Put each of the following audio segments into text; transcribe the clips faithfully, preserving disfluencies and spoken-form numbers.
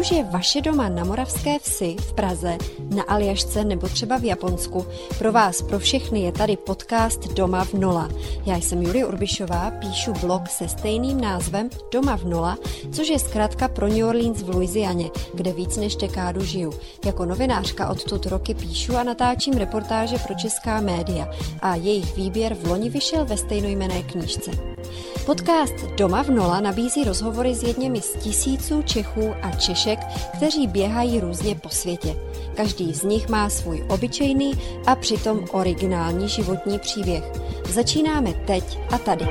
už je vaše doma na Moravské Vsi, v Praze, na Aljašce nebo třeba v Japonsku, pro vás, pro všechny je tady podcast Doma v nula. Já jsem Julie Urbišová, píšu blog se stejným názvem Doma v nula, což je zkratka pro New Orleans v Louisianě, kde víc než dekádu žiju. Jako novinářka odtud roky píšu a natáčím reportáže pro česká média a jejich výběr v loni vyšel ve stejnojmenné knížce. Podcast Doma v nula nabízí rozhovory s jedněmi z tisíců Čechů a Češek, kteří běhají různě po světě. Každý z nich má svůj obyčejný a přitom originální životní příběh. Začínáme teď a tady.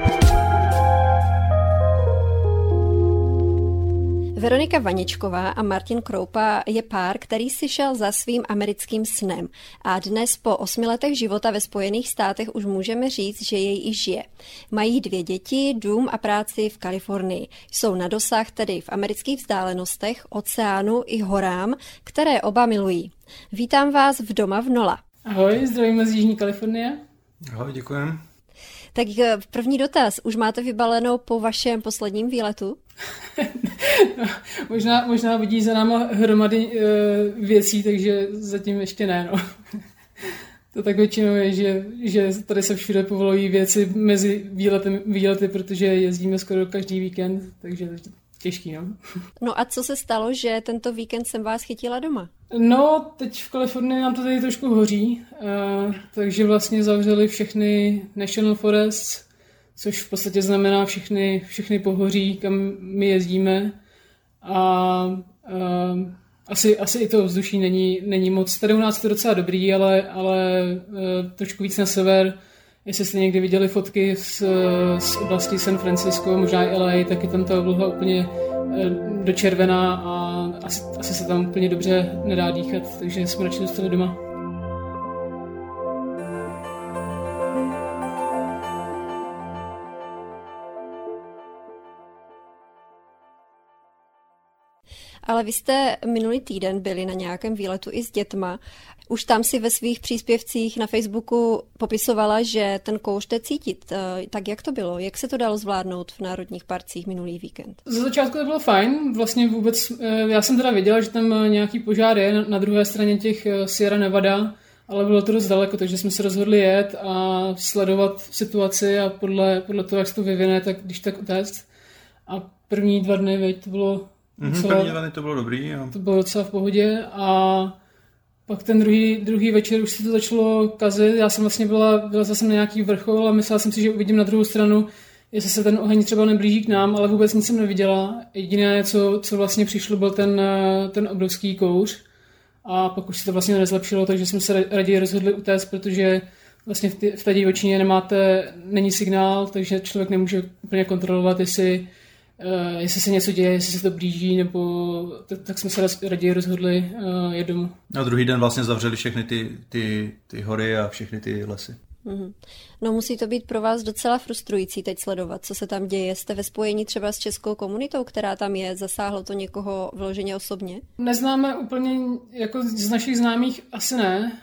Veronika Vaněčková a Martin Kroupa je pár, který si šel za svým americkým snem a dnes po osmi letech života ve Spojených státech už můžeme říct, že jej i žije. Mají dvě děti, dům a práci v Kalifornii. Jsou na dosah tedy v amerických vzdálenostech, oceánu i horám, které oba milují. Vítám vás v Doma v nula. Ahoj, zdravíme z Jižní Kalifornie. Ahoj, děkujem. Tak první dotaz. Už máte vybalenou po vašem posledním výletu? no, možná, možná vidí za náma hromady uh, věcí, takže zatím ještě ne. No. To tak většinou je, že, že tady se všude povolují věci mezi výlety, výlety, protože jezdíme skoro každý víkend, takže těžký. No. No a co se stalo, že tento víkend jsem vás chytila doma? No, teď v Kalifornii nám to tady trošku hoří, uh, takže vlastně zavřeli všechny National Forests, což v podstatě znamená všechny, všechny pohoří, kam my jezdíme. A uh, asi, asi i to vzduší není, není moc. Tady u nás to docela dobrý, ale, ale uh, trošku víc na sever. Jestli jste někdy viděli fotky z, z oblasti San Francisco, možná i L A, tak je tam ta obloha úplně uh, dočervená a asi, asi se tam úplně dobře nedá dýchat, takže jsme radši zůstali doma. Ale vy jste minulý týden byli na nějakém výletu i s dětma. Už tam si ve svých příspěvcích na Facebooku popisovala, že ten kouř jde cítit. Tak jak to bylo? Jak se to dalo zvládnout v národních parcích minulý víkend? Za začátku to bylo fajn. Vlastně vůbec, já jsem teda věděla, že tam nějaký požár je na druhé straně těch Sierra Nevada, ale bylo to dost daleko, takže jsme se rozhodli jet a sledovat situaci a podle, podle toho, jak se to vyvine, tak když tak utéct. A první dva dny, veď, to bylo Mm-hmm, první dny to bylo dobrý. Jo. To bylo docela v pohodě a pak ten druhý, druhý večer už se to začalo kazit. Já jsem vlastně byla, byla zase na nějaký vrchol a myslela jsem si, že uvidím na druhou stranu, jestli se ten oheň třeba neblíží k nám, ale vůbec nic jsem neviděla. Jediné, co, co vlastně přišlo, byl ten, ten obrovský kouř a pak už se to vlastně nezlepšilo, takže jsme se raději rozhodli utéct, protože vlastně v, ty, v té divočině nemáte, není signál, takže člověk nemůže úplně kontrolovat, jestli Uh, jestli se něco děje, jestli se to blíží, nebo tak, tak jsme se raději rozhodli uh, jet domů. A druhý den vlastně zavřeli všechny ty, ty, ty hory a všechny ty lesy. Mm-hmm. No musí to být pro vás docela frustrující teď sledovat, co se tam děje. Jste ve spojení třeba s českou komunitou, která tam je? Zasáhlo to někoho vloženě osobně? Neznáme úplně, jako z našich známých asi ne,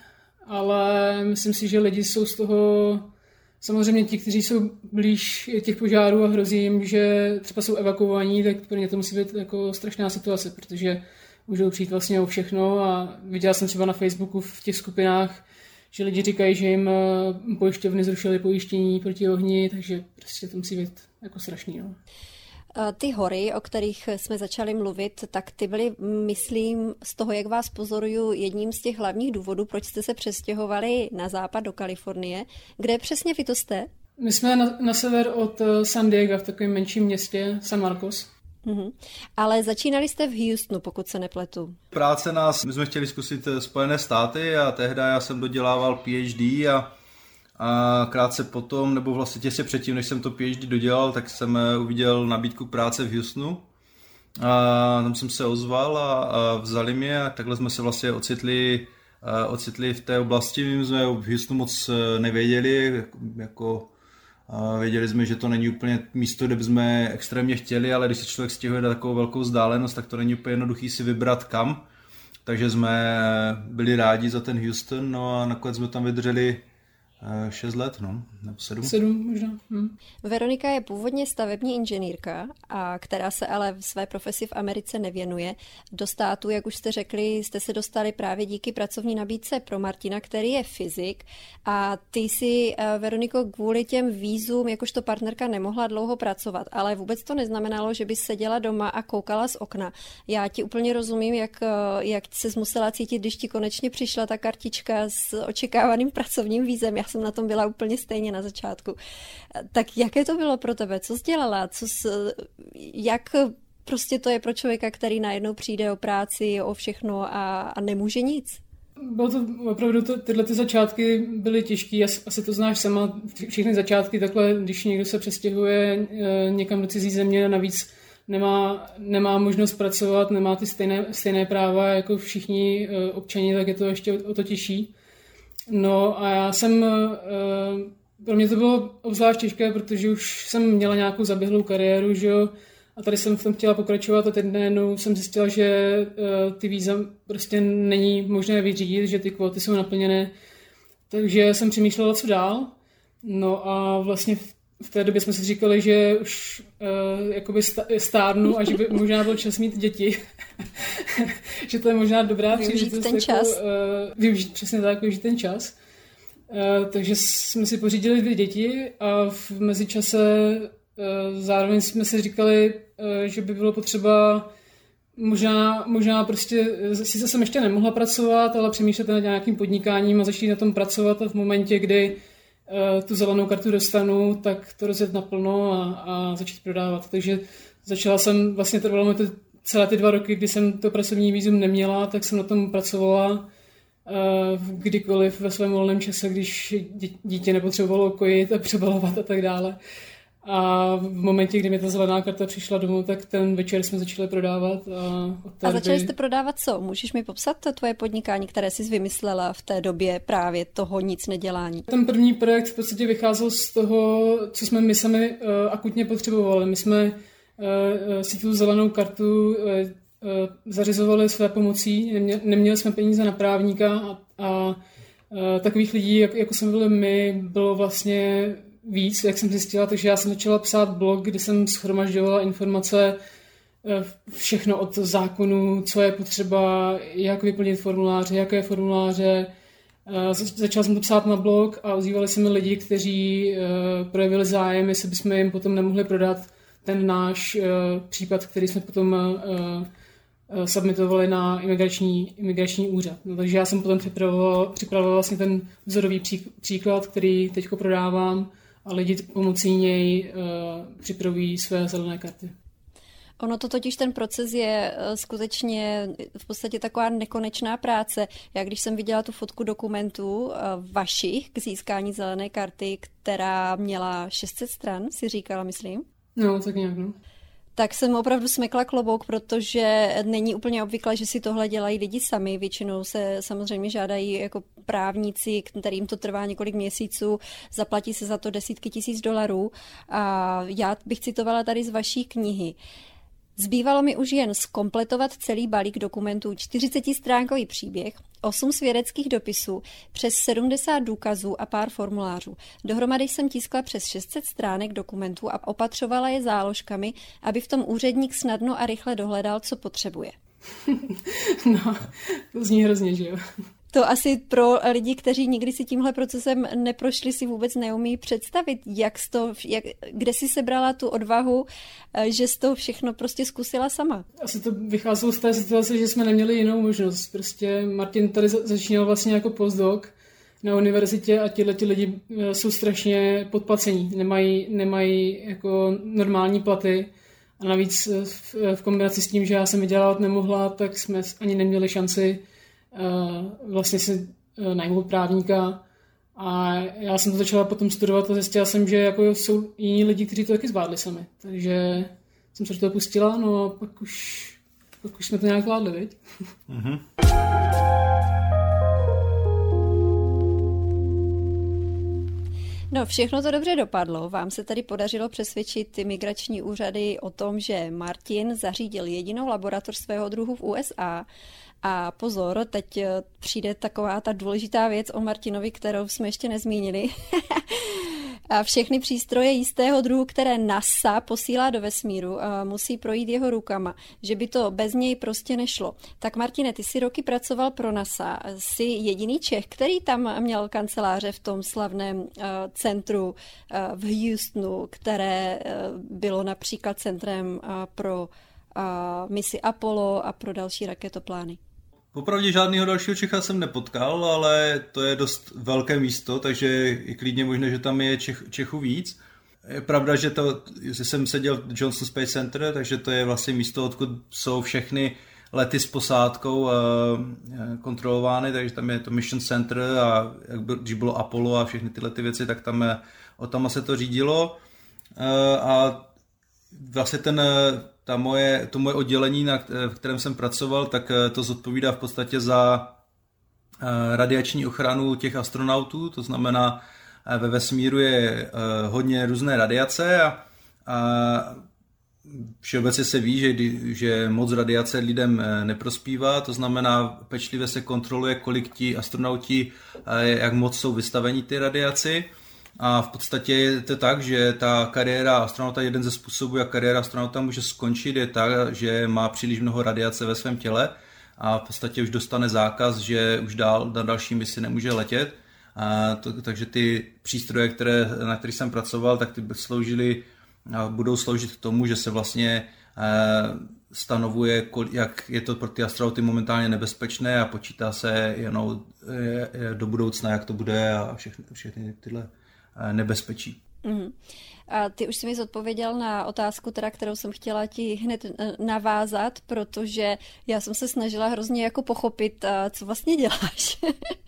ale myslím si, že lidi jsou z toho... Samozřejmě ti, kteří jsou blíž těch požárů a hrozí jim, že třeba jsou evakuovaní, tak pro ně to musí být jako strašná situace, protože můžou přijít vlastně o všechno a viděla jsem třeba na Facebooku v těch skupinách, že lidi říkají, že jim pojišťovny zrušily pojištění proti ohni, takže prostě to musí být jako strašný. No. Ty hory, o kterých jsme začali mluvit, tak ty byly, myslím, z toho, jak vás pozoruju, jedním z těch hlavních důvodů, proč jste se přestěhovali na západ do Kalifornie. Kde přesně vy to jste? My jsme na, na sever od San Diega, v takovém menším městě, San Marcos. Uhum. Ale začínali jste v Houstonu, pokud se nepletu. Práce nás, my jsme chtěli zkusit Spojené státy a tehdy já jsem dodělával PhD a A krátce potom, nebo vlastně těsně předtím, než jsem to PhD dodělal, tak jsem uviděl nabídku práce v Houstonu. A tam jsem se ozval a, a vzali mě a takhle jsme se vlastně ocitli, ocitli v té oblasti. My jsme v Houstonu moc nevěděli, jako věděli jsme, že to není úplně místo, kde jsme extrémně chtěli, ale když se člověk stěhuje na takovou velkou vzdálenost, tak to není úplně jednoduchý si vybrat kam. Takže jsme byli rádi za ten Houston, no a nakonec jsme tam vydrželi Šest let, no, nebo sedm. Sedm možná. Hm. Veronika je původně stavební inženýrka, a která se ale v své profesi v Americe nevěnuje. Do státu, jak už jste řekli, jste se dostali právě díky pracovní nabídce pro Martina, který je fyzik. A ty si, Veroniko, kvůli těm vízům jakožto partnerka nemohla dlouho pracovat, ale vůbec to neznamenalo, že bys seděla doma a koukala z okna. Já ti úplně rozumím, jak, jak ses musela cítit, když ti konečně přišla ta kartička s očekávaným pracovním vízem. Já jsem na tom byla úplně stejně na začátku. Tak jaké to bylo pro tebe? Co jsi dělala? Co jsi, jak prostě to je pro člověka, který najednou přijde o práci, o všechno a, a nemůže nic? Bylo to opravdu, to, tyhle ty začátky byly těžké, asi to znáš sama, všechny začátky takhle, když někdo se přestěhuje někam do cizí země, navíc nemá, nemá možnost pracovat, nemá ty stejné, stejné práva jako všichni občani, tak je to ještě o, o to těžší. No a já jsem, pro mě to bylo obzvlášť těžké, protože už jsem měla nějakou zaběhlou kariéru, že jo, a tady jsem v tom chtěla pokračovat a teď najednou jsem zjistila, že ty víza prostě není možné vyřídit, že ty kvóty jsou naplněné, takže jsem přemýšlela, co dál. No a vlastně v té době jsme si říkali, že už uh, jakoby stárnu a že by možná byl čas mít děti. Že to je možná dobrá příležitost. Využít ten čas. Jako, uh, využít přesně tak, využít ten čas. Uh, takže jsme si pořídili dvě děti a v mezičase uh, zároveň jsme si říkali, uh, že by bylo potřeba možná, možná prostě, sice jsem ještě nemohla pracovat, ale přemýšlet nad nějakým podnikáním a začít na tom pracovat a v momentě, kdy tu zelenou kartu dostanu, tak to rozjet naplno a, a začít prodávat. Takže začala jsem, vlastně trvalo mi to celé ty dva roky, kdy jsem to pracovní vízum neměla, tak jsem na tom pracovala kdykoliv ve svém volném čase, když dítě nepotřebovalo kojit a přebalovat a tak dále. A v momentě, kdy mi ta zelená karta přišla domů, tak ten večer jsme začali prodávat. A, a začali jste prodávat co? Můžeš mi popsat to tvoje podnikání, které jsi vymyslela v té době právě toho nic nedělání? Ten první projekt v podstatě vycházel z toho, co jsme my sami uh, akutně potřebovali. My jsme uh, si tu zelenou kartu uh, uh, zařizovali své pomocí, neměli, neměli jsme peníze na právníka a, a uh, takových lidí, jak, jako jsme byli my, bylo vlastně víc, jak jsem zjistila, takže já jsem začala psát blog, kde jsem shromažďovala informace, všechno od zákonů, co je potřeba, jak vyplnit formuláře, jaké formuláře. Začala jsem to psát na blog a ozývali se mi lidi, kteří projevili zájem, jestli bychom jim potom nemohli prodat ten náš případ, který jsme potom submitovali na imigrační, imigrační úřad. No, takže já jsem potom připravovala, připravovala vlastně ten vzorový příklad, který teďko prodávám, a lidi pomocí něj uh, připravují své zelené karty. Ono to totiž, ten proces je uh, skutečně v podstatě taková nekonečná práce. Já když jsem viděla tu fotku dokumentů uh, vašich k získání zelené karty, která měla šest set stran, si říkala, myslím? No, tak nějak, no. Tak jsem opravdu smekla klobouk, protože není úplně obvyklé, že si tohle dělají lidi sami. Většinou se samozřejmě žádají jako právníci, kterým to trvá několik měsíců, zaplatí se za to desítky tisíc dolarů. A já bych citovala tady z vaší knihy. Zbývalo mi už jen zkompletovat celý balík dokumentů, čtyřicetistránkový příběh, osm svědeckých dopisů, přes sedmdesát důkazů a pár formulářů. Dohromady jsem tiskla přes šest set stránek dokumentů a opatřovala je záložkami, aby v tom úředník snadno a rychle dohledal, co potřebuje. No, to zní hrozně, že jo? To asi pro lidi, kteří nikdy si tímhle procesem neprošli, si vůbec neumí představit, jak to, jak, kde si sebrala tu odvahu, že jsi to všechno prostě zkusila sama. Asi to vycházelo z té situace, že jsme neměli jinou možnost. Prostě Martin tady začínal vlastně jako postdoc na univerzitě a tihleti lidi jsou strašně podplacení, nemají, nemají jako normální platy. A navíc v, v kombinaci s tím, že já jsem vydělávat nemohla, tak jsme ani neměli šanci uh, vlastně si uh, najmout právníka. A já jsem to začala potom studovat a zjistila jsem, že jako jsou jiní lidi, kteří to taky zvládli sami. Takže jsem se do toho pustila, no a pak už, pak už jsme to nějak zvládli, viď? Mm-hmm. No, všechno to dobře dopadlo. Vám se tady podařilo přesvědčit ty migrační úřady o tom, že Martin zařídil jedinou laboratoř svého druhu v U S A. A pozor, teď přijde taková ta důležitá věc o Martinovi, kterou jsme ještě nezmínili. A všechny přístroje jistého druhu, které NASA posílá do vesmíru, musí projít jeho rukama, že by to bez něj prostě nešlo. Tak Martine, ty jsi roky pracoval pro NASA, jsi jediný Čech, který tam měl kanceláře v tom slavném centru v Houstonu, které bylo například centrem pro misi Apollo a pro další raketoplány. Popravdě žádného dalšího Čecha jsem nepotkal, ale to je dost velké místo, takže je klidně možné, že tam je Čech, Čechů víc. Je pravda, že, to, že jsem seděl v Johnson Space Center, takže to je vlastně místo, odkud jsou všechny lety s posádkou kontrolovány, takže tam je to Mission Center a jak byl, když bylo Apollo a všechny tyhle ty věci, tak tam, o tam se to řídilo. A vlastně ten, ta moje, to moje oddělení, na, v kterém jsem pracoval, tak to zodpovídá v podstatě za radiační ochranu těch astronautů, to znamená, ve vesmíru je hodně různé radiace a, a všeobecně se ví, že, že moc radiace lidem neprospívá, to znamená, pečlivě se kontroluje, kolik ti astronauti, jak moc jsou vystaveni ty radiaci. A v podstatě je to tak, že ta kariéra astronauta, jeden ze způsobů, jak kariéra astronauta může skončit, je tak, že má příliš mnoho radiace ve svém těle a v podstatě už dostane zákaz, že už dál na další misi nemůže letět. A to, takže ty přístroje, které, na kterých jsem pracoval, tak ty sloužily, budou sloužit k tomu, že se vlastně stanovuje, jak je to pro ty astronauty momentálně nebezpečné a počítá se jenom do budoucna, jak to bude a všechny, všechny tyhle nebezpečí. Mm. A ty už jsi mi zodpověděl na otázku, teda, kterou jsem chtěla ti hned navázat, protože já jsem se snažila hrozně jako pochopit, co vlastně děláš.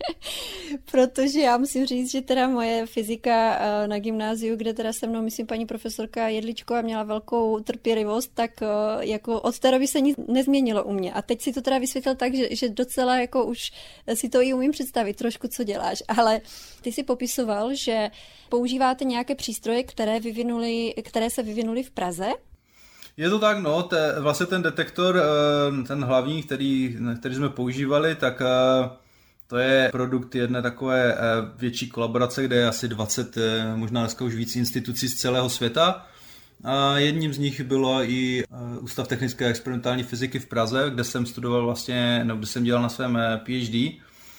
Protože já musím říct, že teda moje fyzika na gymnáziu, kde teda se mnou, myslím, paní profesorka Jedličková měla velkou trpělivost, tak jako od té doby se nic nezměnilo u mě. A teď si to teda vysvětlil tak, že, že docela jako už si to i umím představit trošku, co děláš. Ale ty si popisoval, že používáte nějaké přístroje, které vyvinuli, které se vyvinuly v Praze? Je to tak, no, te, vlastně ten detektor, ten hlavní, který, který jsme používali, tak to je produkt jedné takové větší kolaborace, kde je asi dvacet, možná dneska už víc institucí z celého světa. A jedním z nich bylo i Ústav technické a experimentální fyziky v Praze, kde jsem studoval vlastně, nebo kde jsem dělal na svém PhD.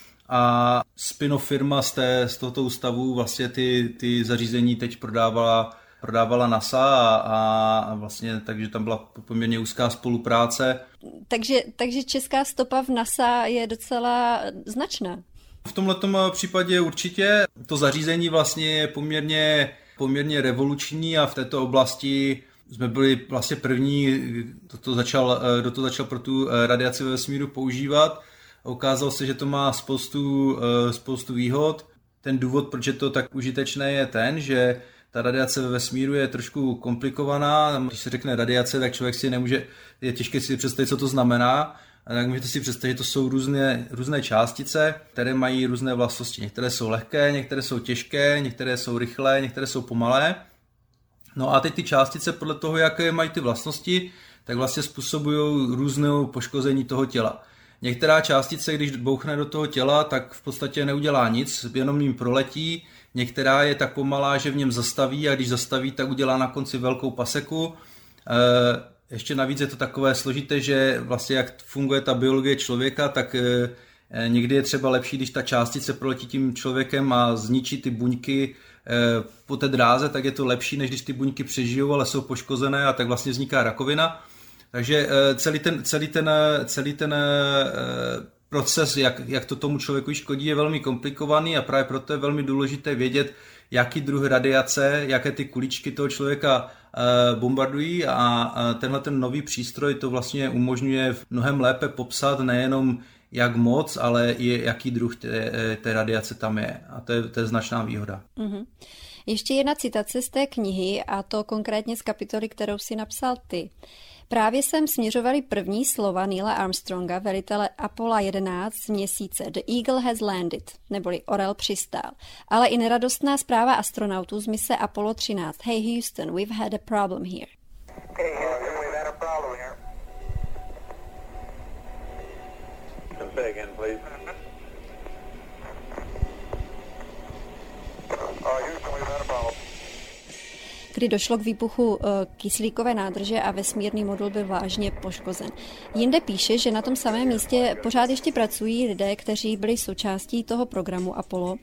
A spin-off firma z, té, z tohoto ústavu vlastně ty, ty zařízení teď prodávala, prodávala NASA a, a vlastně takže tam byla poměrně úzká spolupráce. Takže, takže česká stopa v NASA je docela značná. V tomhletom případě určitě to zařízení vlastně je poměrně, poměrně revoluční a v této oblasti jsme byli vlastně první, kdo to začal, kdo to začal pro tu radiaci ve vesmíru používat. Ukázalo se, že to má spoustu, spoustu výhod. Ten důvod, proč je to tak užitečné, je ten, že ta radiace ve vesmíru je trošku komplikovaná. Když se řekne radiace, tak člověk si nemůže, je těžké si představit, co to znamená. Tak můžete si představit, že to jsou různé, různé částice, které mají různé vlastnosti. Některé jsou lehké, některé jsou těžké, některé jsou rychlé, některé jsou pomalé. No a teď ty částice podle toho, jaké mají ty vlastnosti, tak vlastně způsobují různou poškození toho těla. Některá částice, když bouchne do toho těla, tak v podstatě neudělá nic, jenom jim proletí. Některá je tak pomalá, že v něm zastaví a když zastaví, tak udělá na konci velkou paseku. Ještě navíc je to takové složité, že vlastně jak funguje ta biologie člověka, tak někdy je třeba lepší, když ta částice proletí tím člověkem a zničí ty buňky po té dráze, tak je to lepší, než když ty buňky přežijou, ale jsou poškozené a tak vlastně vzniká rakovina. Takže celý ten, celý ten, celý ten proces, jak, jak to tomu člověku škodí, je velmi komplikovaný a právě proto je velmi důležité vědět, jaký druh radiace, jaké ty kuličky toho člověka bombardují a tenhle ten nový přístroj to vlastně umožňuje mnohem lépe popsat nejenom jak moc, ale i jaký druh té, té radiace tam je. A to je, to je značná výhoda. Mm-hmm. Ještě jedna citace z té knihy, a to konkrétně z kapitoly, kterou si napsal ty. Právě sem směřovali první slova Neila Armstronga, velitele Apollo jedenáct z měsíce. The Eagle has landed, neboli orel přistál. Ale i neradostná zpráva astronautů z mise Apollo třináct. Hey Houston, we've had a problem here. Hey Houston, we've had a problem here. Say again, please. Uh, Houston, we've had a problem. Kdy došlo k výbuchu kyslíkové nádrže a vesmírný modul byl vážně poškozen. Jinde píše, že na tom samém místě pořád ještě pracují lidé, kteří byli součástí toho programu Apollo.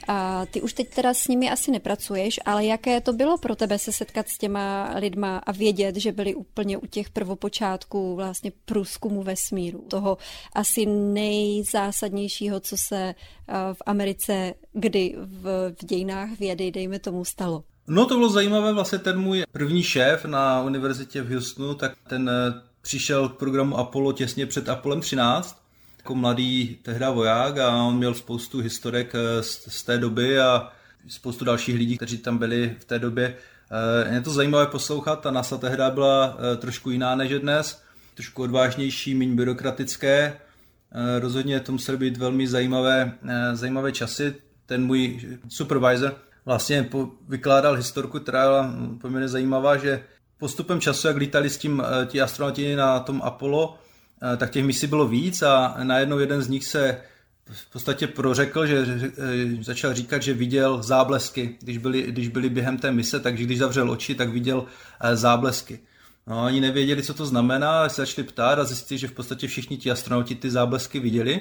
A ty už teď teda s nimi asi nepracuješ, ale jaké to bylo pro tebe se setkat s těma lidma a vědět, že byli úplně u těch prvopočátků vlastně průzkumu vesmíru, toho asi nejzásadnějšího, co se v Americe kdy v, v dějinách vědy, dejme tomu, stalo. No to bylo zajímavé, vlastně ten můj první šéf na univerzitě v Houstonu, tak ten přišel k programu Apollo těsně před Apollem třináct, jako mladý tehda voják a on měl spoustu historek z, z té doby a spoustu dalších lidí, kteří tam byli v té době. Je to zajímavé poslouchat, ta NASA tehda byla trošku jiná než dnes, trošku odvážnější, méně byrokratické, rozhodně to musely být velmi zajímavé, zajímavé časy. Ten můj supervisor vlastně vykládal historku, která byla poměrně zajímavá, že postupem času, jak lítali s tím ti astronauti na tom Apollo, tak těch misí bylo víc a najednou jeden z nich se v podstatě prořekl, že začal říkat, že viděl záblesky, když byli, když byli během té mise, takže když zavřel oči, tak viděl záblesky. No, oni nevěděli, co to znamená, se začali ptát a zjistili, že v podstatě všichni ti astronauti ty záblesky viděli,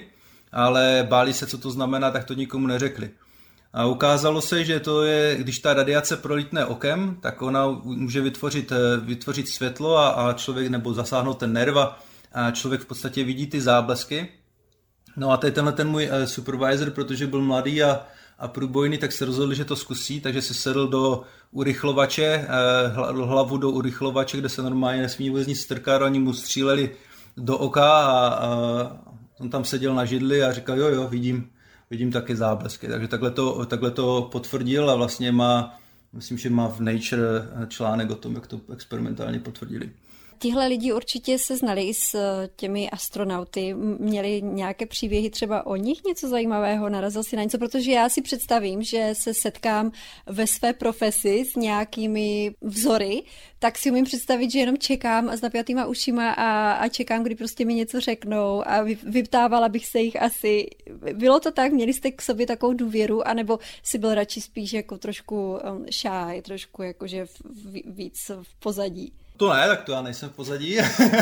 ale báli se, co to znamená, tak to nikomu neřekli. A ukázalo se, že to je, když ta radiace prolítne okem, tak ona může vytvořit, vytvořit světlo a, a člověk, nebo zasáhnout ten nerv a člověk v podstatě vidí ty záblesky. No a tady tenhle ten můj supervisor, protože byl mladý a, a průbojný, tak se rozhodl, že to zkusí, takže si sedl do urychlovače, hlavu do urychlovače, kde se normálně nesmí vůbec nic strkat, oni mu stříleli do oka a, a on tam seděl na židli a říkal, jo, jo, vidím. Vidím taky záblesky, takže takhle to, takhle to potvrdil a vlastně má, myslím, že má v Nature článek o tom, jak to experimentálně potvrdili. Tihle lidi určitě se znali s těmi astronauty, měli nějaké příběhy třeba o nich, něco zajímavého, narazil si na něco, protože já si představím, že se setkám ve své profesi s nějakými vzory, tak si umím představit, že jenom čekám a s napjatýma ušima a, a čekám, kdy prostě mi něco řeknou a vy, vyptávala bych se jich asi. Bylo to tak? Měli jste k sobě takovou důvěru, anebo si byl radši spíš jako trošku um, shy, trošku jakože v, v, víc v pozadí? To ne, tak to já nejsem v pozadí,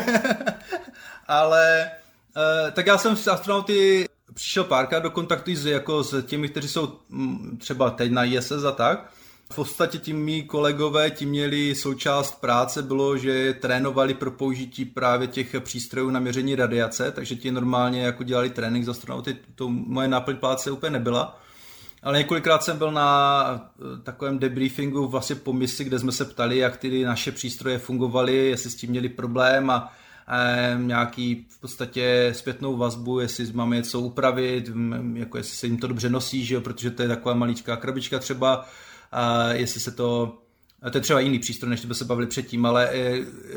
ale e, tak já jsem s astronauty přišel párkrát do kontaktu s, jako s těmi, kteří jsou m, třeba teď na I S S a tak. V podstatě ti mý kolegové, ti měli součást práce, bylo, že trénovali pro použití právě těch přístrojů na měření radiace, takže ti normálně jako dělali trénink s astronauty, to moje náplň práce úplně nebyla. Ale několikrát jsem byl na takovém debriefingu vlastně po misi, kde jsme se ptali, jak ty naše přístroje fungovaly, jestli s tím měli problém a, a nějaký v podstatě zpětnou vazbu, jestli máme něco upravit, jako jestli se jim to dobře nosí, že jo, protože to je taková maličká krabička třeba, a jestli se to, to je třeba jiný přístroj, než jsme se bavili předtím, ale e,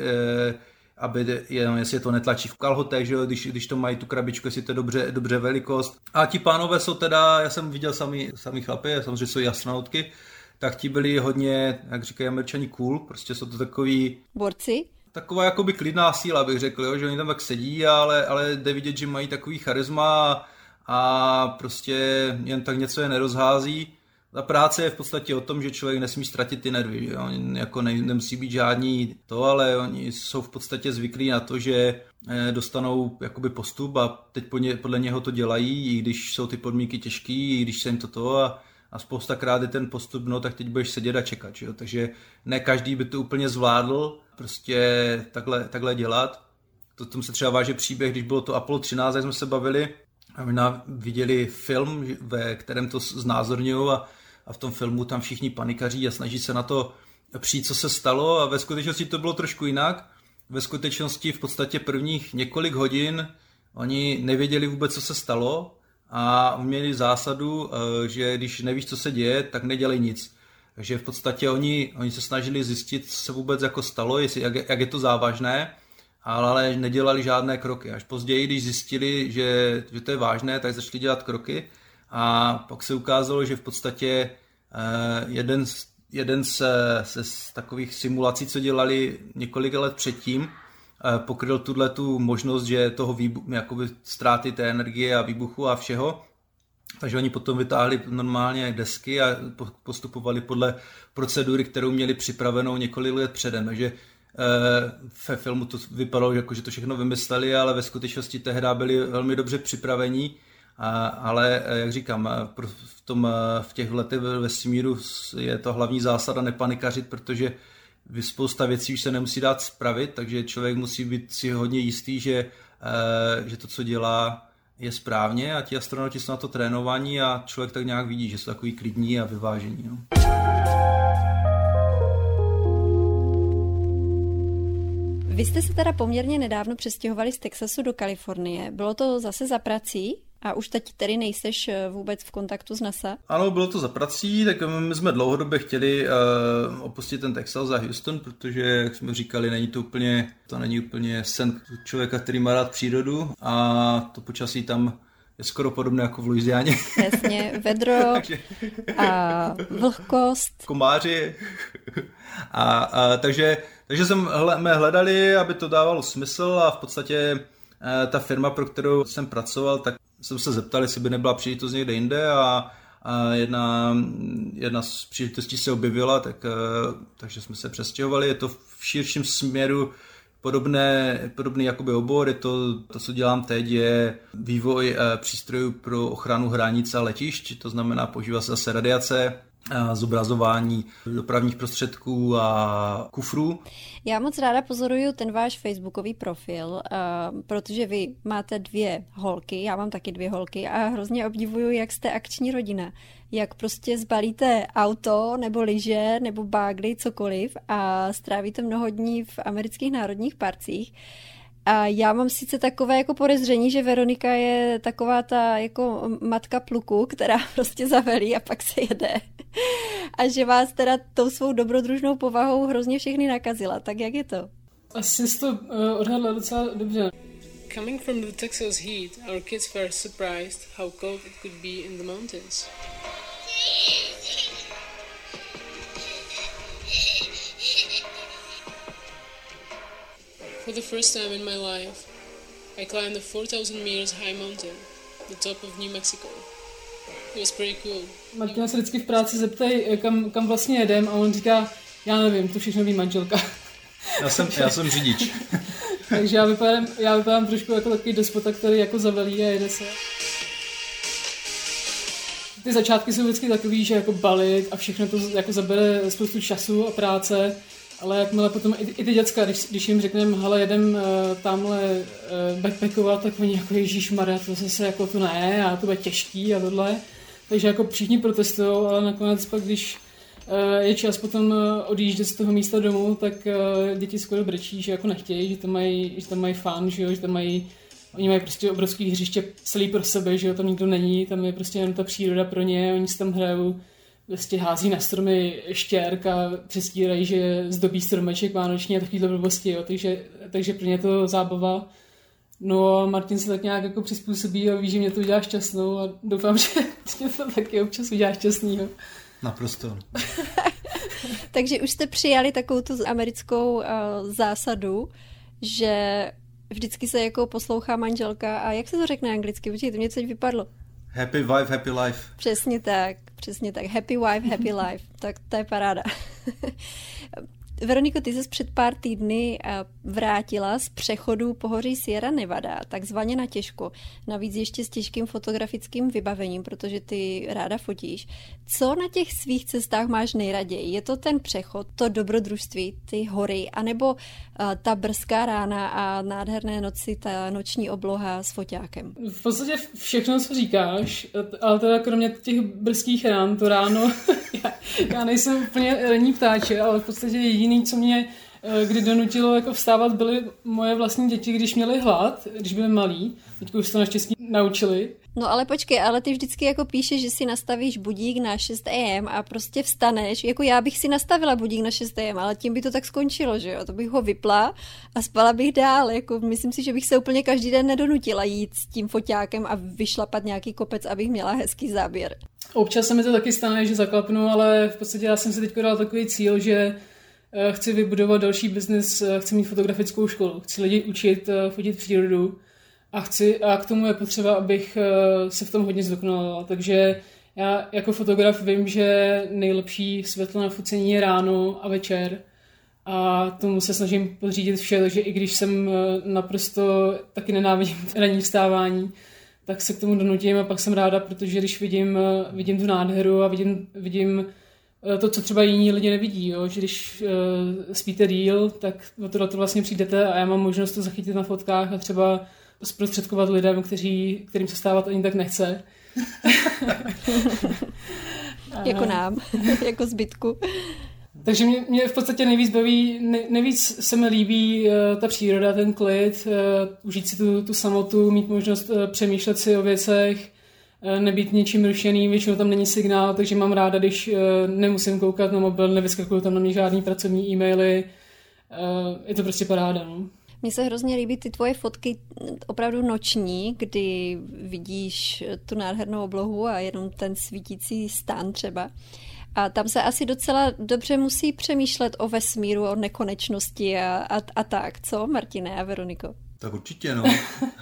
e, aby, jenom jestli to netlačí v kalhotech, že jo, když, když to mají tu krabičku, jestli to je dobře, dobře velikost. A ti pánové jsou teda, já jsem viděl sami, sami chlapy, samozřejmě jsou i astronautky, tak ti byli hodně, jak říkají Američani, cool, prostě jsou to takový... Borci? Taková jakoby klidná síla, bych řekl, jo, že oni tam tak sedí, ale, ale jde vidět, že mají takový charisma a, a prostě jen tak něco je nerozhází. Ta práce je v podstatě o tom, že člověk nesmí ztratit ty nervy, že oni jako ne, nemusí být žádní to, ale oni jsou v podstatě zvyklí na to, že dostanou jakoby postup a teď podle něho to dělají, i když jsou ty podmínky těžký, i když se jim to to a, a spoustakrát je ten postup, no tak teď budeš sedět a čekat, že jo? Takže ne každý by to úplně zvládl, prostě takhle, takhle dělat. To tomu se třeba váže příběh, když bylo to Apollo třináct, jak jsme se bavili, a my viděli film, ve kterém to znázorňují a a v tom filmu tam všichni panikaří a snaží se na to přijít, co se stalo a ve skutečnosti to bylo trošku jinak. Ve skutečnosti v podstatě prvních několik hodin oni nevěděli vůbec, co se stalo a měli zásadu, že když nevíš, co se děje, tak nedělej nic. Takže v podstatě oni, oni se snažili zjistit, co se vůbec jako stalo, jestli, jak, jak je to závažné ale nedělali žádné kroky. Až později, když zjistili, že, že to je vážné, tak začali dělat kroky a pak se ukázalo, že v podstatě jeden, jeden se, se z takových simulací, co dělali několik let předtím, pokryl tuhletu možnost, že toho výbuchu, jakoby ztráty té energie a výbuchu a všeho. Takže oni potom vytáhli normálně desky a postupovali podle procedury, kterou měli připravenou několik let předem. Takže ve filmu to vypadalo, jako, že to všechno vymysleli, ale ve skutečnosti tehdy byli velmi dobře připravení. Ale jak říkám, v, tom, v těch letech ve vesmíru je to hlavní zásada nepanikařit, protože spousta věcí už se nemusí dát spravit, takže člověk musí být si hodně jistý, že, že to, co dělá, je správně a ti astronauti jsou na to trénovaní a člověk tak nějak vidí, že jsou takový klidní a vyvážení. No. Vy jste se teda poměrně nedávno přestěhovali z Texasu do Kalifornie. Bylo to zase za prací? A už teď tedy nejseš vůbec v kontaktu s NASA? Ano, bylo to za prací, tak my jsme dlouhodobě chtěli uh, opustit ten Texas za Houston, protože, jak jsme říkali, není to úplně, to není úplně sen člověka, který má rád přírodu a to počasí tam je skoro podobné jako v Louisianě. Jasně, vedro a vlhkost. Komáři. A, a, takže, takže jsme hledali, aby to dávalo smysl a v podstatě ta firma, pro kterou jsem pracoval, tak jsem se zeptal, jestli by nebyla příležitost někde jinde a, a jedna, jedna z příležitostí se objevila, tak, takže jsme se přestěhovali. Je to v širším směru podobné, podobný jakoby obor. Je to, to, co dělám teď, je vývoj přístrojů pro ochranu hranic a letišť, to znamená používá se zase radiace, zobrazování dopravních prostředků a kufrů. Já moc ráda pozoruju ten váš facebookový profil, uh, protože vy máte dvě holky, já mám taky dvě holky a hrozně obdivuju, jak jste akční rodina. Jak prostě zbalíte auto nebo lyže nebo bágly, cokoliv a strávíte mnoho dní v amerických národních parcích. A já mám sice takové jako podezření, že Veronika je taková ta jako matka pluku, která prostě zavelí a pak se jede. A že vás teda tou svou dobrodružnou povahou hrozně všechny nakazila. Tak jak je to? Asi jsi to uh, odhadla docela dobře. Coming from the Texas heat, our kids were surprised how cold it could be in the mountains. For the first time in my life, I climbed a four thousand meters high mountain, the top of New Mexico. It was pretty cool. Martina se vždycky v práci zeptají, kam, kam vlastně jedem a on říká, já nevím, to všechno ví manželka. Já jsem, já jsem řidič. Takže já vypadám, já vypadám trošku jako takový despota, který jako zavelí a jede se. Ty začátky jsou vždycky takový, že jako balit a všechno to jako zabere spoustu času a práce. Ale jakmile potom i, i ty děcka, když, když jim řekneme, hele, jedem uh, tamhle uh, backpackovat, tak oni jako ježíšmarja, to zase jako to ne, a to bude těžký a tohle. Takže jako všichni protestujou, ale nakonec pak, když uh, je čas potom uh, odjíždět z toho místa domů, tak uh, děti skoro brečí, že jako nechtějí, že tam mají, že tam mají fun, že, jo, že tam mají, oni mají prostě obrovský hřiště celý pro sebe, že jo, tam nikdo není, tam je prostě jen ta příroda pro ně, oni si tam hrajou, vlastně hází na stromy štěrk a přestírají, že zdobí stromeček vánočně a takovýhle blbosti, jo. Takže, takže pro ně to zábava. No a Martin se tak nějak jako přizpůsobí a ví, že mě to udělá šťastnou a doufám, že mě to taky občas udělá šťastnýho. Naprosto. Takže už jste přijali takovou tu americkou uh, zásadu, že vždycky se jako poslouchá manželka a jak se to řekne anglicky? Počkej, to mě teď vypadlo. Happy wife, happy life. Přesně tak, přesně tak. Happy wife, happy life. Tak to je paráda. Veroniko, ty jsi před pár týdny vrátila z přechodu pohoří Sierra Nevada, takzvaně na těžko. Navíc ještě s těžkým fotografickým vybavením, protože ty ráda fotíš. Co na těch svých cestách máš nejraději? Je to ten přechod, to dobrodružství, ty hory, anebo ta brzká rána a nádherné noci, ta noční obloha s foťákem? V podstatě všechno, co říkáš, ale teda kromě těch brzkých rán, to ráno, já, já nejsem úplně ranní ptáče, ale v podstatě jediný, co mě kdy donutilo jako vstávat, byly moje vlastní děti, když měly hlad, když byly malí. Teď už to naštěstí naučili. No ale počkej, ale ty vždycky jako píšeš, že si nastavíš budík na šest a m a prostě vstaneš. Jako já bych si nastavila budík na šest a m, ale tím by to tak skončilo, že jo? To bych ho vypla a spala bych dál. Jako myslím si, že bych se úplně každý den nedonutila jít s tím foťákem a vyšlapat nějaký kopec, abych měla hezký záběr. Občas se mi to taky stane, že zaklapnu, ale v podstatě já jsem si teď dal takový cíl, že chci vybudovat další biznis, chci mít fotografickou školu, chci lidi učit fotit přírodu a, chci, a k tomu je potřeba, abych se v tom hodně zdokonalila. Takže já jako fotograf vím, že nejlepší světlo na focení je ráno a večer a tomu se snažím podřídit vše, takže i když jsem naprosto taky nenávidím ranní vstávání, tak se k tomu donutím a pak jsem ráda, protože když vidím, vidím tu nádheru a vidím, vidím to, co třeba jiní lidi nevidí, jo? Že když uh, spíte díl, tak o tohle to vlastně přijdete a já mám možnost to zachytit na fotkách a třeba zprostředkovat lidem, kteří, kterým se stávat ani tak nechce. Jako nám, jako zbytku. Takže mě, mě v podstatě nejvíc baví, ne, nejvíc se mi líbí uh, ta příroda, ten klid, uh, užít si tu, tu samotu, mít možnost uh, přemýšlet si o věcech, uh, nebýt něčím rušený, většinou tam není signál, takže mám ráda, když uh, nemusím koukat na mobil, nevyskakují tam na mě žádný pracovní e-maily, uh, je to prostě paráda, no. Mně se hrozně líbí ty tvoje fotky opravdu noční, kdy vidíš tu nádhernou oblohu a jenom ten svítící stán třeba. A tam se asi docela dobře musí přemýšlet o vesmíru, o nekonečnosti a, a, a tak, co, Martine a Veroniko? Tak určitě, no.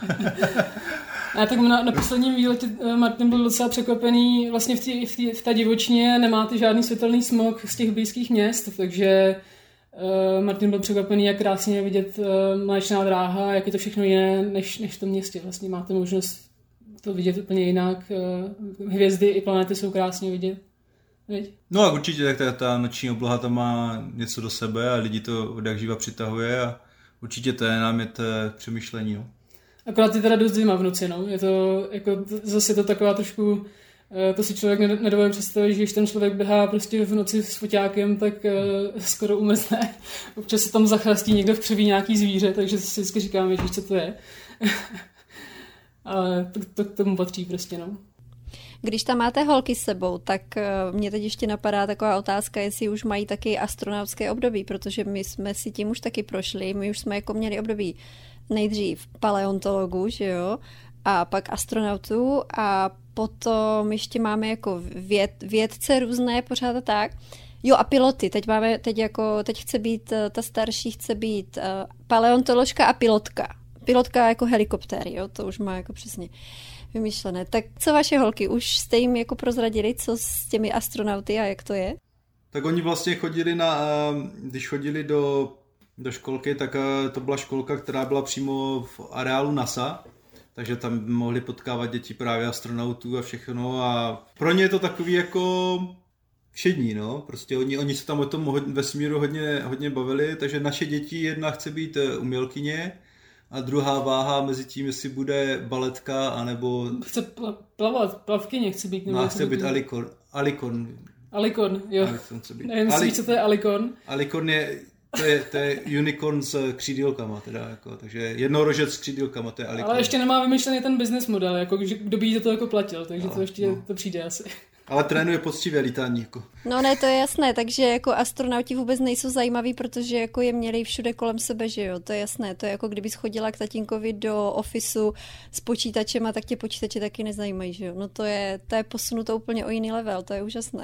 A tak na, na posledním výletě Martin byl docela překvapený, vlastně v, tý, v, tý, v té divočině nemáte žádný světelný smog z těch blízkých měst, takže uh, Martin byl překvapený, jak krásně je vidět uh, Mléčná dráha, jak je to všechno jiné než, než v tom městě. Vlastně máte možnost to vidět úplně jinak, uh, hvězdy i planety jsou krásně vidět. Viď? No a určitě tak ta, ta noční obloha tam má něco do sebe a lidi to od jak živa přitahuje a určitě to je námět k přemýšlení. No. Akorát je teda dost zima v noci, no. Je to jako zase to taková trošku, to si člověk nedovolí představit, že když ten člověk běhá prostě v noci s foťákem, tak uh, skoro umrzne. Občas se tam zachrastí někdo v křoví nějaký zvíře, takže si vždycky říkáme, že co to je. Ale to, to k tomu patří prostě, no. Když tam máte holky s sebou, tak mě teď ještě napadá taková otázka, jestli už mají taky astronautské období, protože my jsme si tím už taky prošli, my už jsme jako měli období nejdřív paleontologů, že jo, a pak astronautů a potom ještě máme jako věd, vědce různé pořád a tak. Jo a piloty, teď máme, teď jako, teď chce být, ta starší chce být paleontoložka a pilotka. Pilotka jako helikoptér, jo, to už má jako přesně vymyšlené. Tak co vaše holky, už jste jim jako prozradili, co s těmi astronauty a jak to je? Tak oni vlastně chodili na, když chodili do, do školky, tak to byla školka, která byla přímo v areálu NASA, takže tam mohli potkávat děti právě astronautů a všechno a pro ně je to takový jako všední, no, prostě oni, oni se tam o tom vesmíru hodně, hodně bavili, takže naše děti jedna chce být umělkyně, a druhá váha mezi tím, jestli bude baletka, anebo... Chce plavat, plavkyně chce být. No, chce být alikon. Alikon. Alikon, jo. Alikon chce být. Nevím, Ali... co to je alikon. Alikon je, to je, to je unicorn s křídílkama, teda, jako, takže jednorožec s křídílkama, to je alikon. Ale ještě nemá vymyšlený ten business model, jako, že kdo by jí za to jako platil, takže no, to ještě no. to přijde asi. Ale trénuje poctivě lítání. Jako. No ne, to je jasné, takže jako astronauti vůbec nejsou zajímaví, protože jako je měli všude kolem sebe, že jo, to je jasné, to je jako kdybys chodila k tatínkovi do ofisu s počítačem a tak tě počítače taky nezajímají, že jo, no to je, to je posunuto úplně o jiný level, to je úžasné.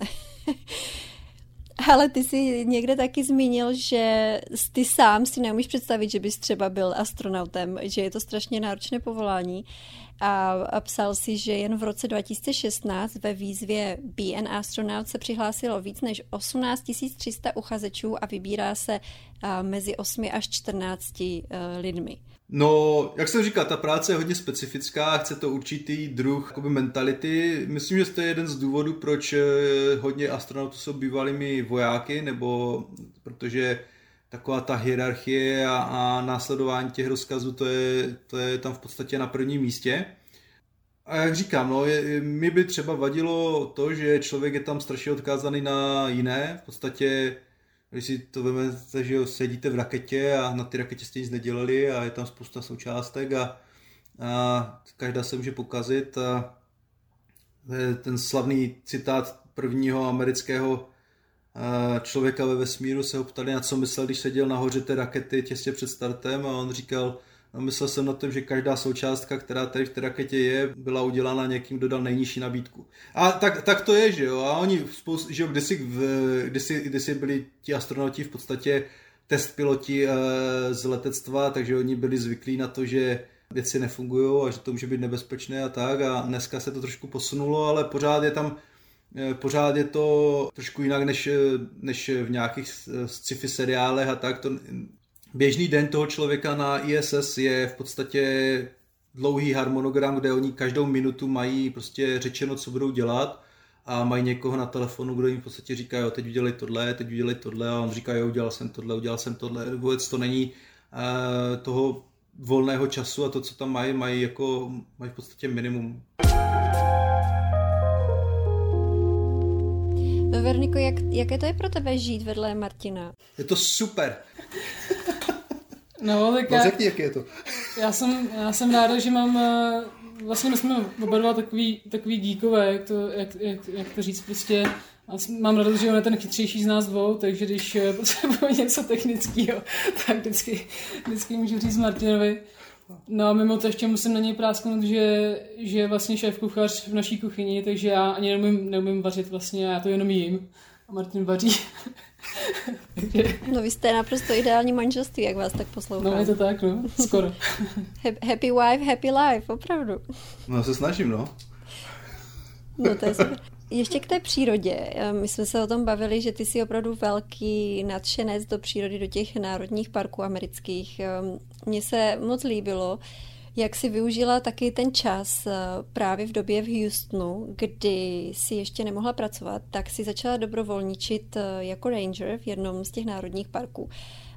Ale ty jsi někde taky zmínil, že ty sám si neumíš představit, že bys třeba byl astronautem, že je to strašně náročné povolání. A, a psal si, že jen v roce dva tisíce šestnáct ve výzvě Be an Astronaut se přihlásilo víc než osmnáct tisíc tři sta uchazečů a vybírá se a, mezi osmi až čtrnácti a, lidmi. No, jak jsem říkal, ta práce je hodně specifická, chce to určitý druh jakoby mentality. Myslím, že to je jeden z důvodů, proč hodně astronautů jsou bývalými vojáky, nebo protože taková ta hierarchie a, a následování těch rozkazů, to je, to je tam v podstatě na prvním místě. A jak říkám, no, je, mi by třeba vadilo to, že člověk je tam strašně odkázaný na jiné. V podstatě když si to vezmete, že jo, sedíte v raketě a na ty raketě jste nic nedělali a je tam spousta součástek a, a každá se může pokazit a ten slavný citát prvního amerického člověka ve vesmíru, se ho ptali, na co myslel, když seděl nahoře té rakety těsně před startem, a on říkal, no, myslel jsem na tom, že každá součástka, která tady v té raketě je, byla udělána někým, kdo dal nejnižší nabídku. A tak, tak to je, že jo, a oni spoustu, že jo, kdysi, kdysi, kdysi byli ti astronauti v podstatě test piloti z letectva, takže oni byli zvyklí na to, že věci nefungují a že to může být nebezpečné a tak, a dneska se to trošku posunulo, ale pořád je tam Pořád je to trošku jinak než, než v nějakých sci-fi seriálech a tak. To, běžný den toho člověka na I S S je v podstatě dlouhý harmonogram, kde oni každou minutu mají prostě řečeno, co budou dělat, a mají někoho na telefonu, kdo jim v podstatě říká, jo, teď udělej tohle, teď udělej tohle, a on říká, jo, udělal jsem tohle, udělal jsem tohle. Vůbec to není uh, toho volného času, a to, co tam mají, mají, jako, mají v podstatě minimum. No Verniko, jak, jaké to je pro tebe žít vedle Martina? Je to super. No, tak no, já, řekni, jak je to. já, jsem, já jsem ráda, že mám, vlastně my jsme oba dva takový, takový díkové, jak to, jak, jak, jak to říct prostě. Mám radost, že on je ten chytřejší z nás dvou, takže když potřebuji něco technického, tak vždycky, vždycky můžu říct Martinovi. No a mimo to ještě musím na něj prásknout, že, že je vlastně šéf kuchař v naší kuchyni, takže já ani neumím, neumím vařit vlastně, já to jenom jím a Martin vaří. No vy jste naprosto ideální manželství, jak vás tak poslouchám. No je to tak, no, skoro. Happy wife, happy life, opravdu. No se snažím, no. No to je super. Ještě k té přírodě. My jsme se o tom bavili, že ty jsi opravdu velký nadšenec do přírody, do těch národních parků amerických. Mně se moc líbilo, jak jsi využila taky ten čas právě v době v Houstonu, kdy si ještě nemohla pracovat, tak si začala dobrovolničit jako ranger v jednom z těch národních parků.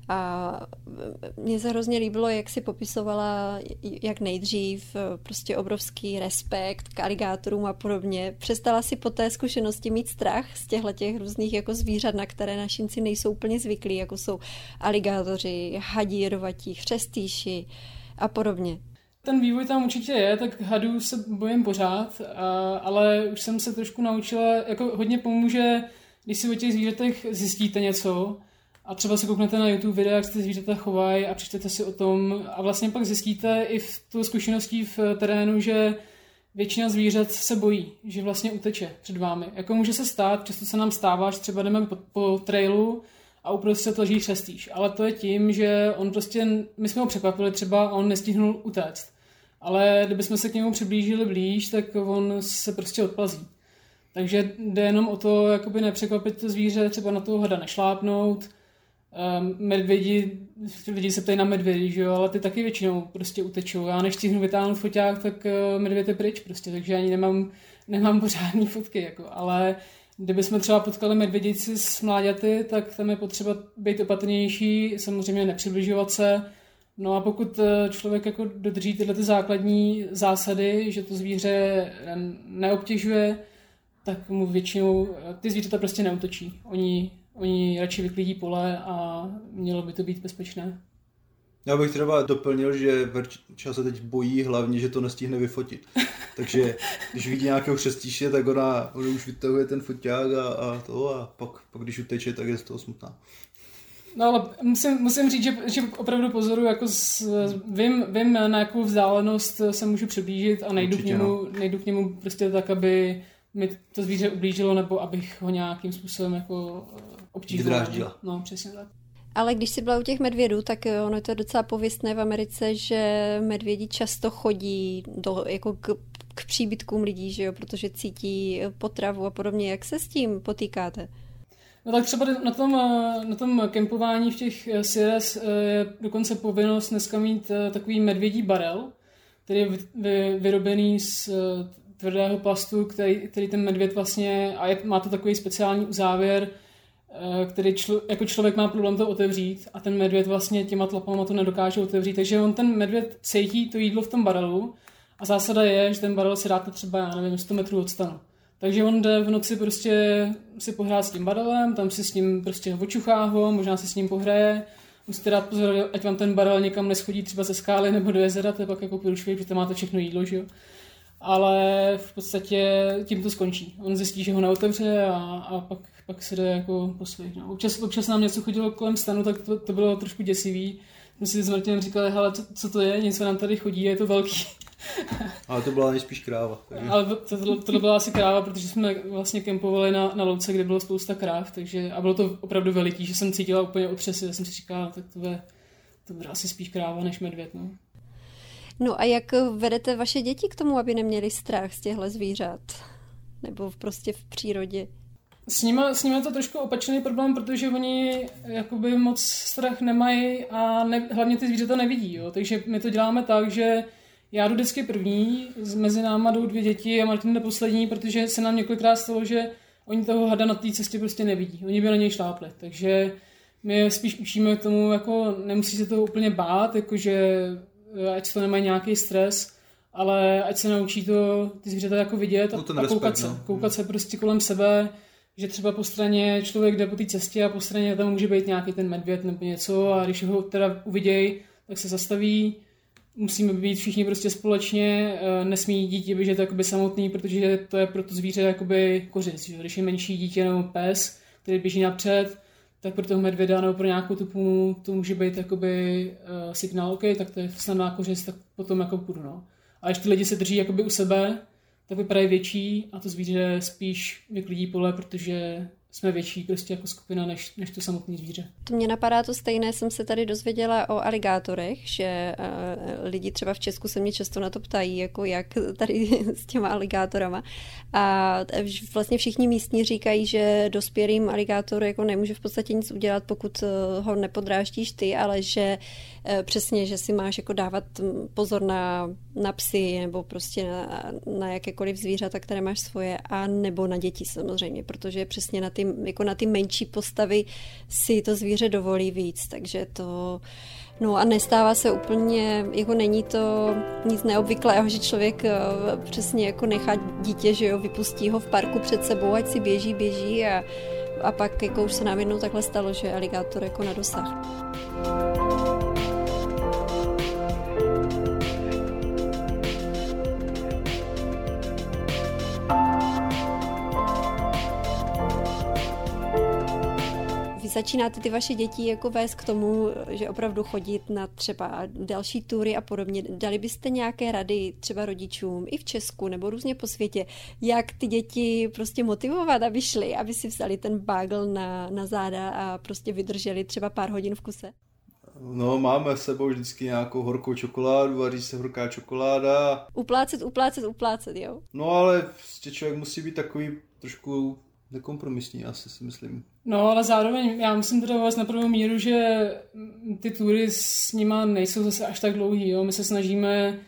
A mně se hrozně líbilo, jak si popisovala, jak nejdřív prostě obrovský respekt k aligátorům a podobně. Přestala si po té zkušenosti mít strach z těchto různých jako zvířat, na které našinci nejsou úplně zvyklí, jako jsou aligátoři, hadí jedovatí, chřestýši a podobně. Ten vývoj tam určitě je, tak hadů se bojím pořád, a, ale už jsem se trošku naučila, jako hodně pomůže, když si o těch zvířatech zjistíte něco, a třeba se kouknete na YouTube videa, jak se ty zvířata chovají a přečtete si o tom a vlastně pak zjistíte i v tu zkušeností v terénu, že většina zvířat se bojí, že vlastně uteče před vámi. Jako může se stát, často se nám stává, že třeba jdeme po, po trailu a uprostřed leží chřestýš, ale to je tím, že on prostě, my jsme ho překvapili, třeba on nestihnul utéct. Ale kdybychom se k němu přiblížili blíž, tak on se prostě odplazí. Takže jde jenom o to, jakoby nepřekvapit to zvíře, třeba na toho hada nešlápnout. Um, medvědi, lidi se ptají na medvědi, že jo, ale ty taky většinou prostě utečou. Já než stihnu vytáhnout foťák, tak uh, medvěd je pryč prostě, takže ani nemám, nemám pořádný fotky, jako. Ale kdybychom třeba potkali medvědici s mláďaty, tak tam je potřeba být opatrnější, samozřejmě nepřibližovat se. No a pokud člověk jako dodrží tyhle ty základní zásady, že to zvíře neobtěžuje, tak mu většinou ty zvířata prostě neutočí. Oni Oni radši vyklidí pole a mělo by to být bezpečné. Já bych třeba doplnil, že Verča se teď bojí hlavně, že to nestihne vyfotit. Takže když vidí nějakého chřestýše, tak ona, ona už vytahuje ten foťák a, a to a pak, pak když uteče, tak je z toho smutná. No ale musím, musím říct, že, že opravdu pozoru, jako s, vím, vím, na jakou vzdálenost se můžu přiblížit a nejdu, k němu, no. nejdu k němu prostě tak, aby mi to zvíře ublížilo, nebo abych ho nějakým způsobem jako obtížila. No, přesně tak. Ale když jsi byla u těch medvědů, tak ono je to docela pověstné v Americe, že medvědi často chodí do, jako k, k příbytkům lidí, že jo, protože cítí potravu a podobně. Jak se s tím potýkáte? No tak třeba na tom, na tom kempování v těch Sierras je dokonce povinnost dneska mít takový medvědí barel, který je vy, vyrobený z tvrdého plastu, který, který ten medvěd vlastně, a je, má to takový speciální uzávěr, který člo, jako člověk má problém to otevřít a ten medvěd vlastně těma tlapama to nedokáže otevřít, takže on ten medvěd cítí to jídlo v tom barelu a zásada je, že ten barel si dáte třeba, já nevím, sto metrů od stanu. Takže on jde v noci prostě si pohrát s tím barelem, tam si s ním prostě očuchá ho, možná si s ním pohraje. Musíte dát pozor, ať vám ten barel někam neschodí třeba ze skály nebo do jezera, to je pak jako průšvih, protože tam máte všechno jídlo, že jo. Ale v podstatě tím to skončí. On zjistí, že ho neotevře a, a pak, pak se jde jako po svých. No. Občas, občas nám něco chodilo kolem stanu, tak to, to bylo trošku děsivý. My si s Martinem říkali, hele, co, co to je, něco nám tady chodí, je to velký. Ale to byla nejspíš kráva. Takže... Ale to, to, to byla asi kráva, protože jsme vlastně kempovali na, na louce, kde bylo spousta kráv, takže, a bylo to opravdu veliký, že jsem cítila úplně otřesy, já jsem si říkala, tak to bude, to bude asi spíš kráva než medvěd. No. No a jak vedete vaše děti k tomu, aby neměli strach z těchto zvířat? Nebo prostě v přírodě? S nimi, s nimi je to trošku opačný problém, protože oni jakoby moc strach nemají a ne, hlavně ty zvířata nevidí. Jo? Takže my to děláme tak, že já jdu vždycky první, mezi náma jdou dvě děti a Martin jde poslední, protože se nám několikrát stalo, že oni toho hada na té cestě prostě nevidí. Oni by na něj šlápli. Takže my spíš učíme k tomu, jako nemusí se toho úplně bát, jakože ať to nemají nějaký stres, ale ať se naučí to ty zvířata jako vidět a, no a koukat, respekt, se, no. koukat se prostě kolem sebe, že třeba po straně člověk jde po té cestě a po straně tam může být nějaký ten medvěd nebo něco a když ho teda uvidějí, tak se zastaví. Musíme být všichni prostě společně, nesmí dítě běžet jakoby samotný, protože to je pro to zvíře jakoby kořist. Že? Když je menší dítě nebo pes, který běží napřed, tak pro toho medvěda nebo pro nějakou tu půnu to může být jakoby uh, signál, OK, tak to je snadná kořist, tak potom jako půjdu. No. A když ty lidi se drží jakoby u sebe, tak vypadají větší a to zvíře spíš vyklidí pole, protože jsme větší prostě jako skupina než, než to samotné zvíře. To mě napadá to stejné, jsem se tady dozvěděla o aligátorech, že uh, lidi třeba v Česku se mě často na to ptají, jako jak tady s těma aligátorama. A vlastně všichni místní říkají, že dospělým aligátor jako nemůže v podstatě nic udělat, pokud ho nepodráždíš ty, ale že uh, přesně, že si máš jako dávat pozor na, na psy nebo prostě na, na jakékoliv zvířata, které máš svoje, a nebo na děti samozřejmě, protože přesně na ty, jako na ty menší postavy si to zvíře dovolí víc, takže to, no a nestává se úplně, jako není to nic neobvyklého, že člověk přesně jako nechá dítě, že jo, vypustí ho v parku před sebou, ať si běží, běží a, a pak jako už se nám jednou takhle stalo, že aligátor jako na dosah. Začínáte ty vaše děti jako vést k tomu, že opravdu chodit na třeba další tury a podobně. Dali byste nějaké rady třeba rodičům i v Česku nebo různě po světě, jak ty děti prostě motivovat, aby šli, aby si vzali ten bagel na, na záda a prostě vydrželi třeba pár hodin v kuse? No, máme s sebou vždycky nějakou horkou čokoládu, vaří se horká čokoláda. Uplácet, uplácet, uplácet, jo? No, ale prostě člověk musí být takový trošku nekompromisní, asi si myslím. No, ale zároveň já musím teda vás na prvou míru, že ty tury s nima nejsou zase až tak dlouhý, jo. My se snažíme,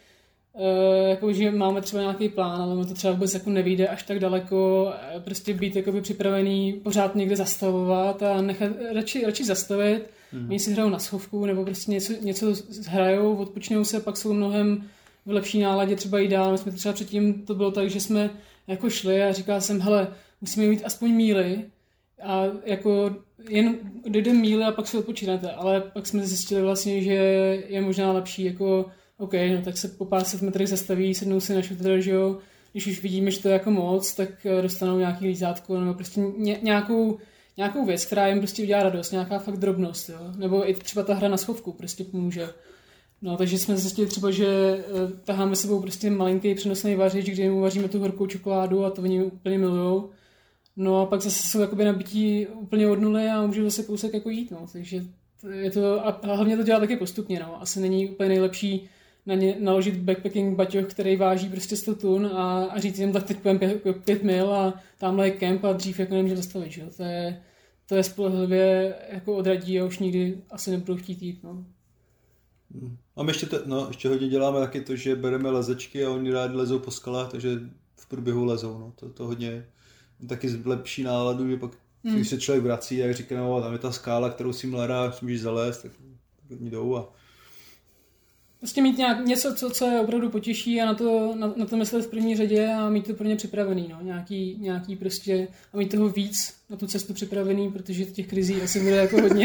e, jako, že máme třeba nějaký plán, ale to třeba vůbec jako nevyjde až tak daleko, prostě být jakoby připravený pořád někde zastavovat a nechat radši, radši zastavit. Hmm. Oni si hrajou na schovku nebo prostě něco, něco hrajou, odpočnou se, pak jsou mnohem v lepší náladě třeba jít dál. My jsme třeba předtím to bylo tak, že jsme jako šli a říkal jsem, hele, musíme mít aspoň míli a jako jen dojdeme míli a pak se odpočínáte, ale pak jsme zjistili vlastně, že je možná lepší jako OK, no tak se po pár set metrech zastaví, sednou si na šutr, že jo, když už vidíme, že to je jako moc, tak dostanou nějaký lízátko nebo prostě ně, nějakou, nějakou věc, která jim prostě udělá radost, nějaká fakt drobnost, jo, nebo i třeba ta hra na schovku prostě pomůže. No, takže jsme zjistili třeba, že uh, taháme sebou prostě malinký přenosný vařič, kde jim uvaříme tu horkou čokoládu a to oni úplně milujou. No a pak zase jsou jakoby nabití úplně od nuly a můžou zase kousek jako jít, no. Takže je to, a hlavně to dělá taky postupně, no. Asi není úplně nejlepší na ně naložit backpacking baťoch, který váží prostě sto tun a, a říct jim, tak teď půjdeme pět, pět mil a tamhle je kemp a dřív jako nemůže zastavit, že jo. To je, to je spolehlivě jako odradí a už nikdy asi nebudou chtít jít, no. A my ještě, te, no, ještě hodně děláme taky to, že bereme lezečky a oni rádi lezou po skalách, takže v průběhu lezou. No. To, to hodně taky lepší náladu, že pak, hmm. když se člověk vrací a říká, no, tam je ta skála, kterou si mladá, můžeš zalézt, tak, tak oni jdou. A... Prostě mít nějak něco, co, co je opravdu potěší a na to, na, na to myslet v první řadě a mít to pro ně připravený, no. Nějaký, nějaký prostě a mít toho víc na tu cestu připravený, protože těch krizí asi bude jako hodně.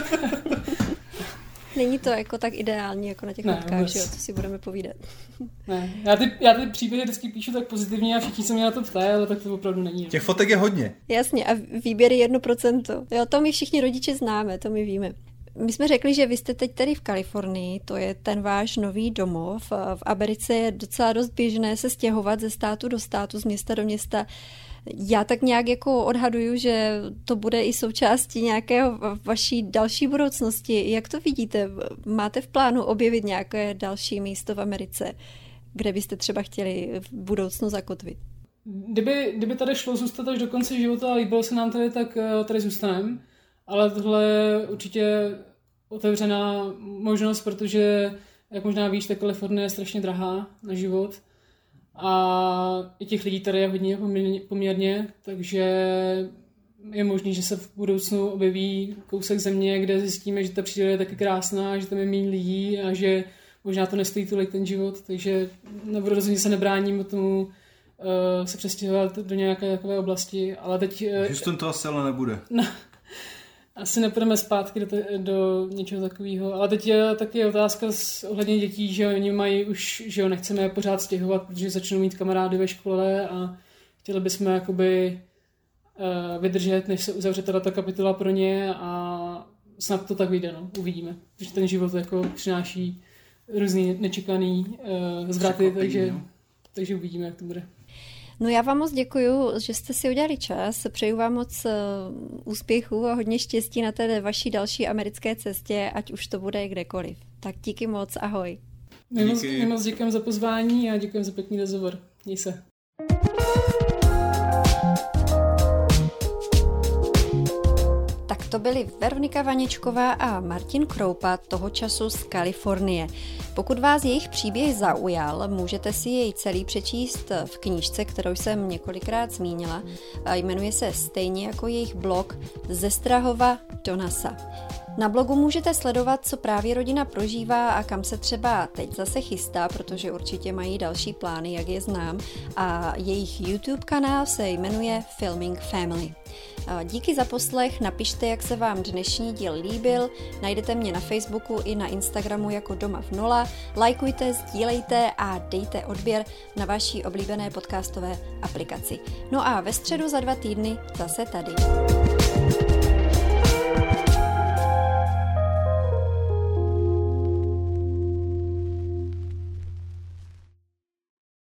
Není to jako tak ideální, jako na těch fotkách, že jo, to si budeme povídat. Ne, já ty, já ty příběhy vždycky píšu tak pozitivně a všichni se mě na to ptají, ale tak to opravdu není. Těch fotek je hodně. Jasně, a výběr je jedno procento. Jo, to my všichni rodiče známe, to my víme. My jsme řekli, že vy jste teď tady v Kalifornii, to je ten váš nový domov. V Americe je docela dost běžné se stěhovat ze státu do státu, z města do města. Já tak nějak jako odhaduju, že to bude i součástí nějakého vaší další budoucnosti. Jak to vidíte? Máte v plánu objevit nějaké další místo v Americe, kde byste třeba chtěli v budoucnu zakotvit? Kdyby, kdyby tady šlo zůstat až do konce života a líbilo se nám tady, tak tady zůstaneme. Ale tohle je určitě otevřená možnost, protože, jak možná víš, tak Kalifornie je strašně drahá na život. A i těch lidí tady je hodně poměrně, poměrně, takže je možné, že se v budoucnu objeví kousek země, kde zjistíme, že ta příroda je taky krásná, že tam je méně lidí a že možná to nestojí tolik ten život, takže rozhodně se nebráním tomu uh, se přestěhovat do nějaké takové oblasti, ale teď... Uh, Houston to asi ale nebude. No, asi nepůjdeme zpátky do, te, do něčeho takového, ale teď je taky otázka s ohledně dětí, že oni mají už, že jo, nechceme je pořád stěhovat, protože začnou mít kamarády ve škole a chtěli bychom jakoby uh, vydržet, než se uzavře teda ta kapitola pro ně a snad to tak vyjde, no, uvidíme, protože ten život jako přináší různý nečekaný uh, zvraty, takže, takže uvidíme, jak to bude. No já vám moc děkuju, že jste si udělali čas. Přeju vám moc úspěchů a hodně štěstí na té vaší další americké cestě, ať už to bude kdekoliv. Tak díky moc, ahoj. My moc, my moc děkujeme za pozvání a děkujeme za pěkný rozhovor. Měj se. Tak to byli Veronika Vaněčková a Martin Kroupa, toho času z Kalifornie. Pokud vás jejich příběh zaujal, můžete si jej celý přečíst v knížce, kterou jsem několikrát zmínila. Jmenuje se stejně jako jejich blog Ze Strahova do NASA. Na blogu můžete sledovat, co právě rodina prožívá a kam se třeba teď zase chystá, protože určitě mají další plány, jak je znám. A jejich YouTube kanál se jmenuje Filming Family. Díky za poslech, napište, jak se vám dnešní díl líbil, najdete mě na Facebooku i na Instagramu jako Doma v nula, lajkujte, sdílejte a dejte odběr na vaší oblíbené podcastové aplikaci. No a ve středu za dva týdny zase tady.